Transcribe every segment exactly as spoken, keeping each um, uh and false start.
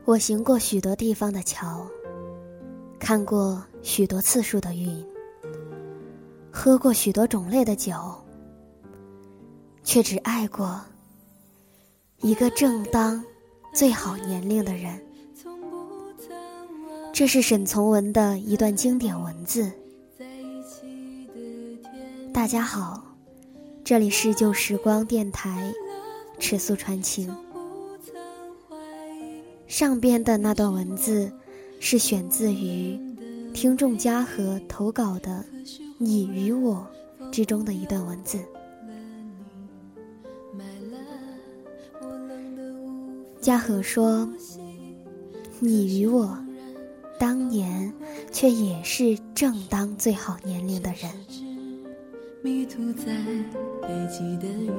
我行过许多地方的桥，看过许多次数的云，喝过许多种类的酒，却只爱过一个正当最好年龄的人。这是沈从文的一段经典文字。大家好，这里是旧时光电台，尺素传情。上边的那段文字是选自于听众嘉禾投稿的《你与我》之中的一段文字。嘉禾说，你与我当年却也是正当最好年龄的人。 迷途在北极的雨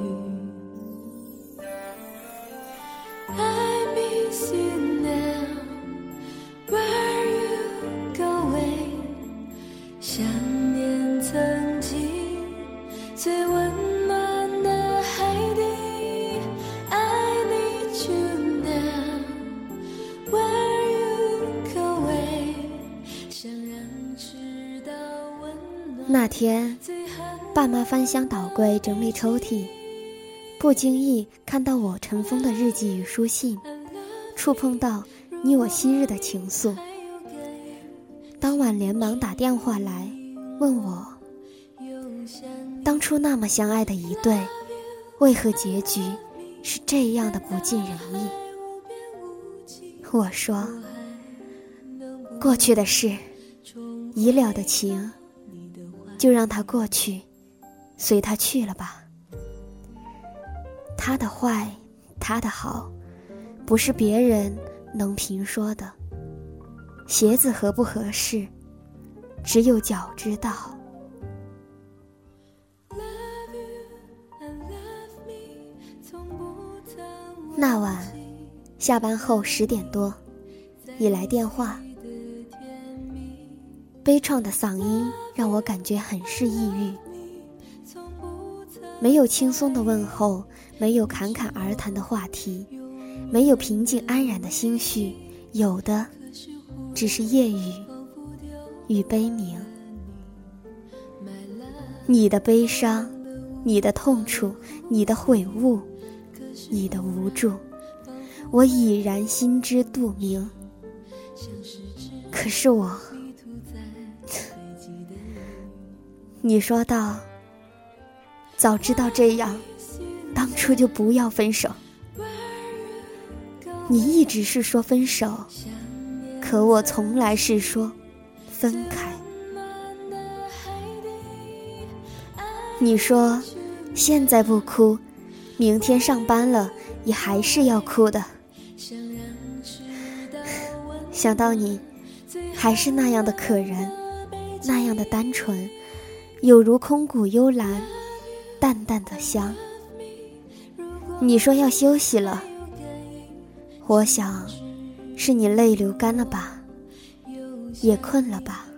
I miss you now Where you going 想念曾经最温暖的海底 I need you now Where you going 想让直到温暖那天爸妈翻箱倒柜整理抽屉，不经意看到我尘封的日记与书信，触碰到你我昔日的情愫。当晚连忙打电话来问我，当初那么相爱的一对，为何结局是这样的不尽人意？我说，过去的事，已了的情，就让它过去，随他去了吧。他的坏，他的好，不是别人能评说的。鞋子合不合适，只有脚知道。那晚下班后十点多，一来电话，悲怆的嗓音让我感觉很是抑郁。没有轻松的问候，没有侃侃而谈的话题，没有平静安然的心绪，有的只是夜雨与悲鸣。你的悲伤，你的痛楚，你的悔悟，你的无助，我已然心知肚明。可是我你说道，早知道这样，当初就不要分手。你一直是说分手，可我从来是说分开。你说现在不哭，明天上班了也还是要哭的。想到你还是那样的可人，那样的单纯，有如空谷幽兰，淡淡的香。你说要休息了，我想是你泪流干了吧，也困了吧。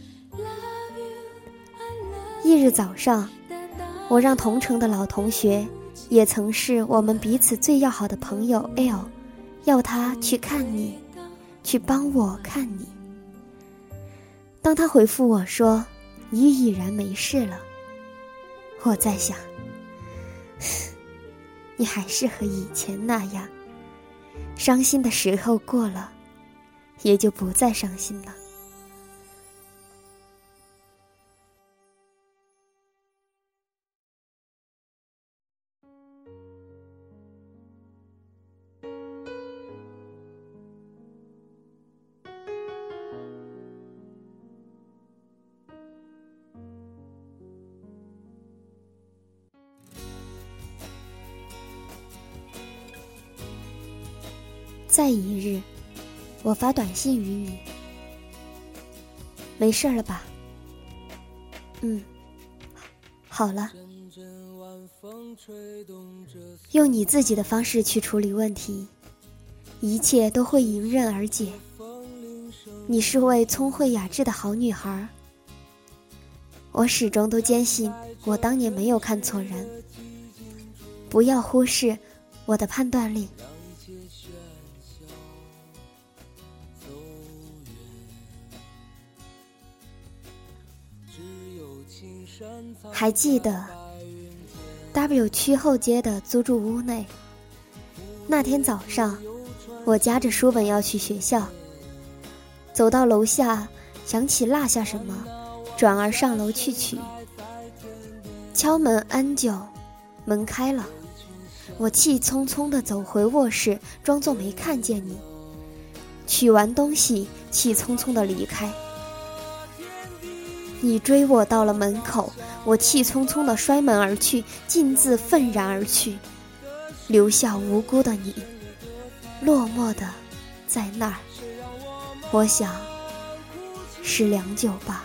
一日早上，我让同城的老同学，也曾是我们彼此最要好的朋友 L， 要他去看你，去帮我看你。当他回复我说你已然没事了，我在想，你还是和以前那样，伤心的时候过了，也就不再伤心了。再一日，我发短信于你，没事了吧？嗯，好了。用你自己的方式去处理问题，一切都会迎刃而解。你是位聪慧雅致的好女孩，我始终都坚信我当年没有看错人。不要忽视我的判断力。 还记得 W 区后街的租住屋内，那天早上我夹着书本要去学校，走到楼下想起落下什么，转而上楼去取。敲门安久，门开了，我气匆匆地走回卧室，装作没看见你。取完东西，气匆匆地离开。你追我到了门口，我气匆匆地摔门而去，径自愤然而去，留下无辜的你，落寞的在那儿。我想是良久吧。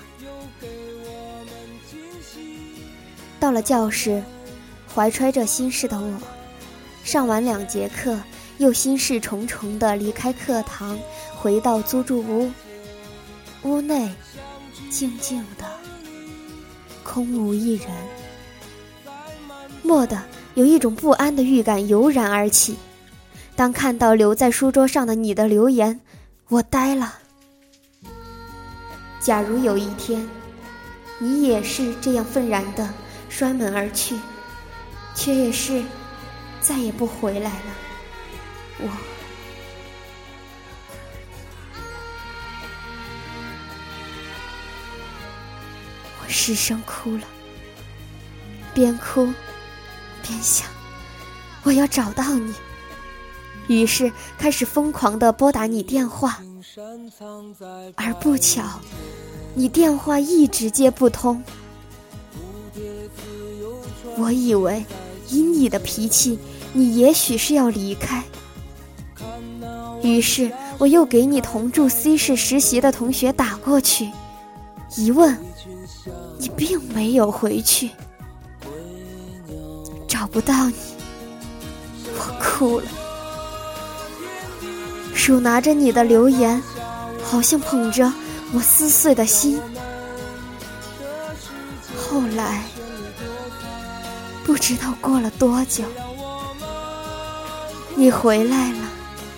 到了教室，怀揣着心事的我，上完两节课，又心事重重地离开课堂，回到租住屋。屋内静静的，空无一人。蓦地有一种不安的预感油然而起。当看到留在书桌上的你的留言，我呆了。假如有一天，你也是这样愤然地摔门而去，却也是再也不回来了，我我失声哭了，边哭边想，我要找到你，于是开始疯狂地拨打你电话，而不巧，你电话一直接不通。我以为以你的脾气，你也许是要离开，于是我又给你同住 C 市实习的同学打过去，一问，你并没有回去。找不到你，我哭了，手拿着你的留言，好像捧着我撕碎的心。后来不知道过了多久，你回来了。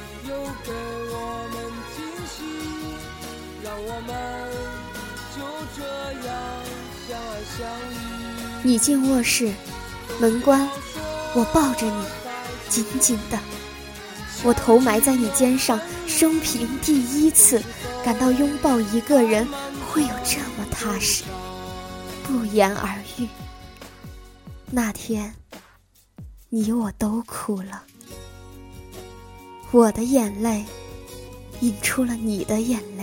你进卧室，门关，我抱着你，紧紧的。我头埋在你肩上，生平第一次感到拥抱一个人会有这么踏实，不言而喻。那天你我都哭了，我的眼泪引出了你的眼泪。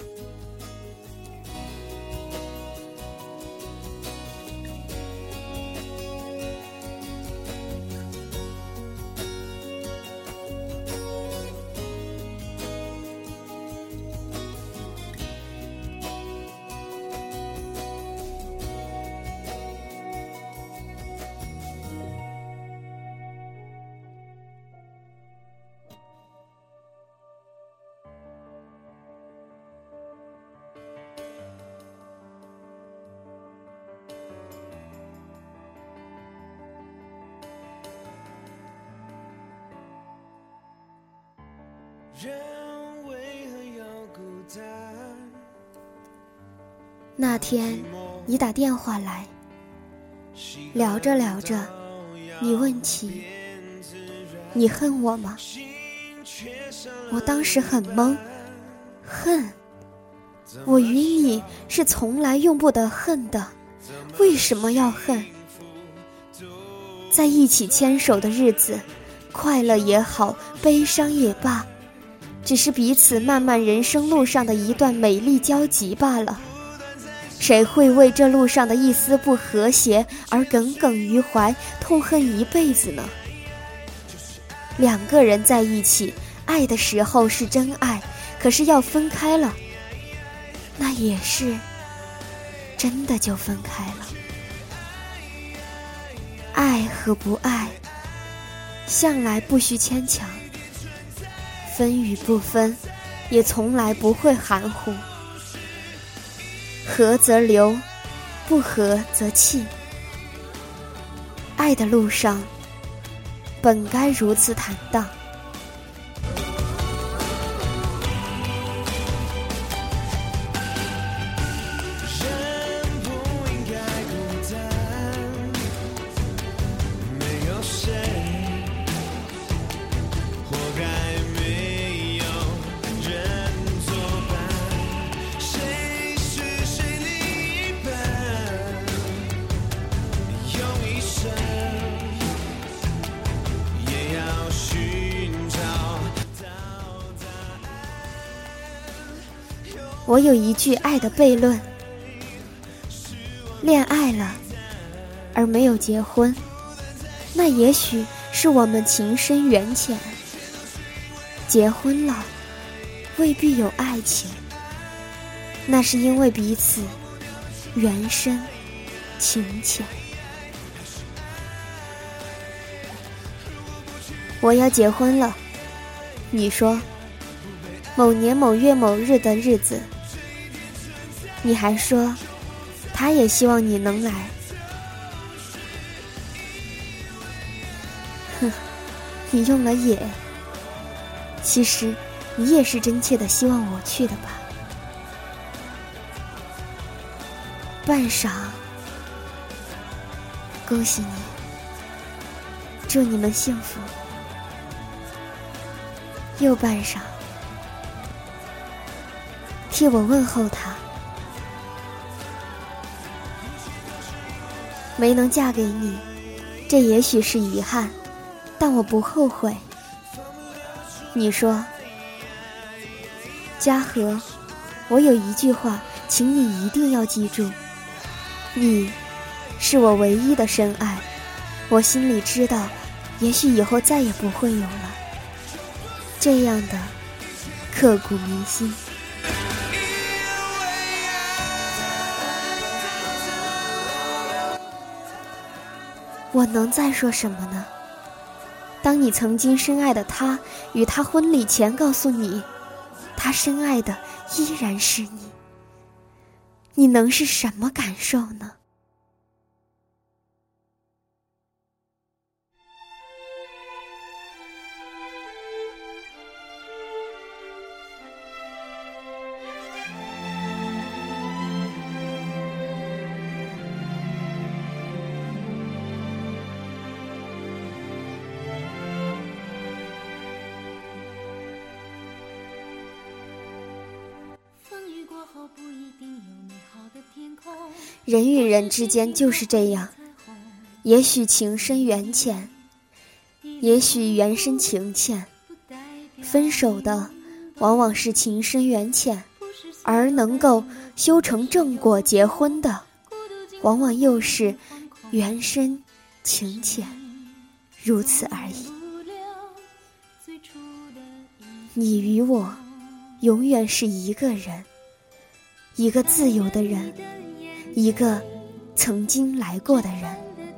那天你打电话来，聊着聊着，你问起你恨我吗？我当时很懵，恨？我与你是从来用不得恨的，为什么要恨？在一起牵手的日子，快乐也好，悲伤也罢，只是彼此漫漫人生路上的一段美丽交集罢了。谁会为这路上的一丝不和谐而耿耿于怀，痛恨一辈子呢？两个人在一起，爱的时候是真爱，可是要分开了，那也是真的就分开了。爱和不爱，向来不需牵强，分与不分，也从来不会含糊。合则留，不合则弃。爱的路上，本该如此坦荡。 人不应该孤生，也要寻找到答案。 我有一句爱的悖论：恋爱了而没有结婚，那也许是我们情深缘浅；结婚了未必有爱情，那是因为彼此缘深情浅。我要结婚了，你说某年某月某日的日子，你还说他也希望你能来。哼，你用了也，其实你也是真切的希望我去的吧。半晌，恭喜你，祝你们幸福。又半晌，替我问候他，没能嫁给你，这也许是遗憾，但我不后悔。你说，嘉禾，我有一句话，请你一定要记住，你是我唯一的深爱，我心里知道，也许以后再也不会有了，这样的刻骨铭心。我能再说什么呢？当你曾经深爱的他与他婚礼前告诉你，他深爱的依然是你，你能是什么感受呢？人与人之间就是这样，也许情深缘浅，也许缘深情浅，分手的往往是情深缘浅，而能够修成正果结婚的往往又是缘深情浅，如此而已。你与我永远是一个人，一个自由的人，一个曾经来过的人。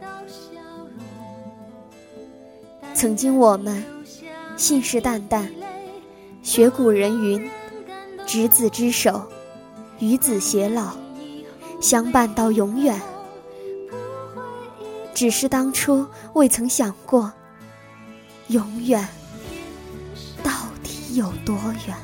曾经我们信誓旦旦，学古人云，执子之手，与子偕老，相伴到永远。只是当初未曾想过，永远到底有多远。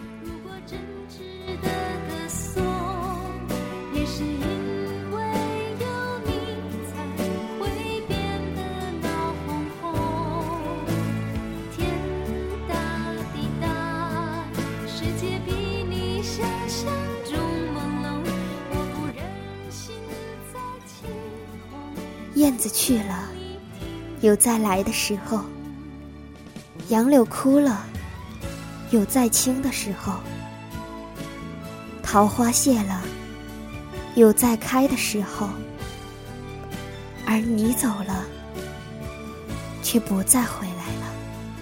燕子去了，有再来的时候；杨柳枯了，有再青的时候；桃花谢了，有再开的时候。而你走了，却不再回来了。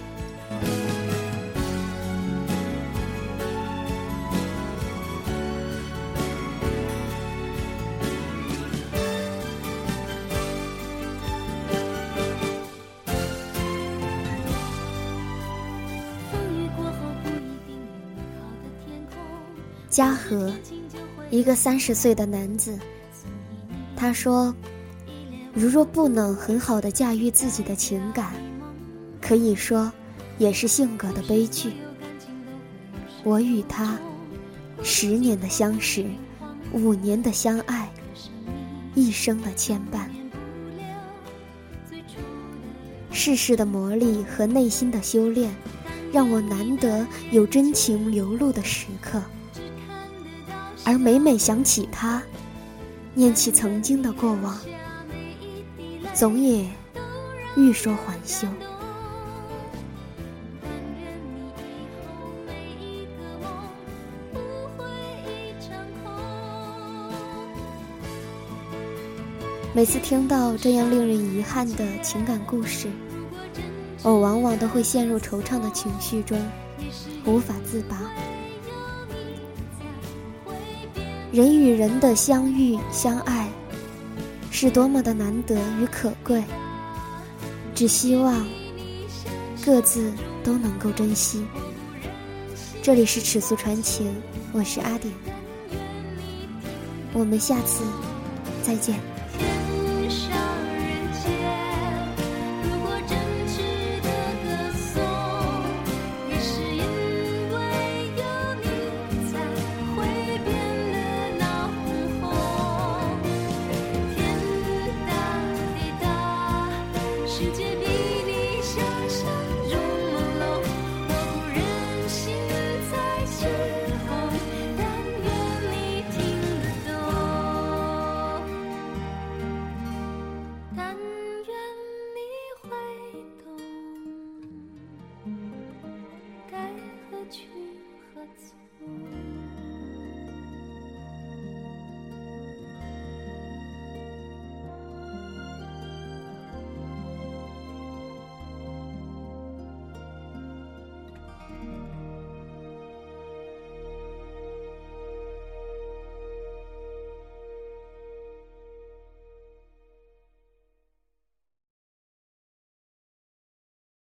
嘉禾，一个三十岁的男子，他说，如若不能很好地驾驭自己的情感，可以说也是性格的悲剧。我与他十年的相识，五年的相爱，一生的牵绊，世事的磨砺和内心的修炼，让我难得有真情流露的时刻。而每每想起他，念起曾经的过往， 总也欲说还休。每次听到这样令人遗憾的情感故事，我往往都会陷入惆怅的情绪中，无法自拔。人与人的相遇相爱，是多么的难得与可贵，只希望各自都能够珍惜。这里是尺素传情，我是阿点，我们下次再见。 世界比你想象中朦胧，我不忍心再起哄，但愿你听得懂，但愿你会懂，该何去何从。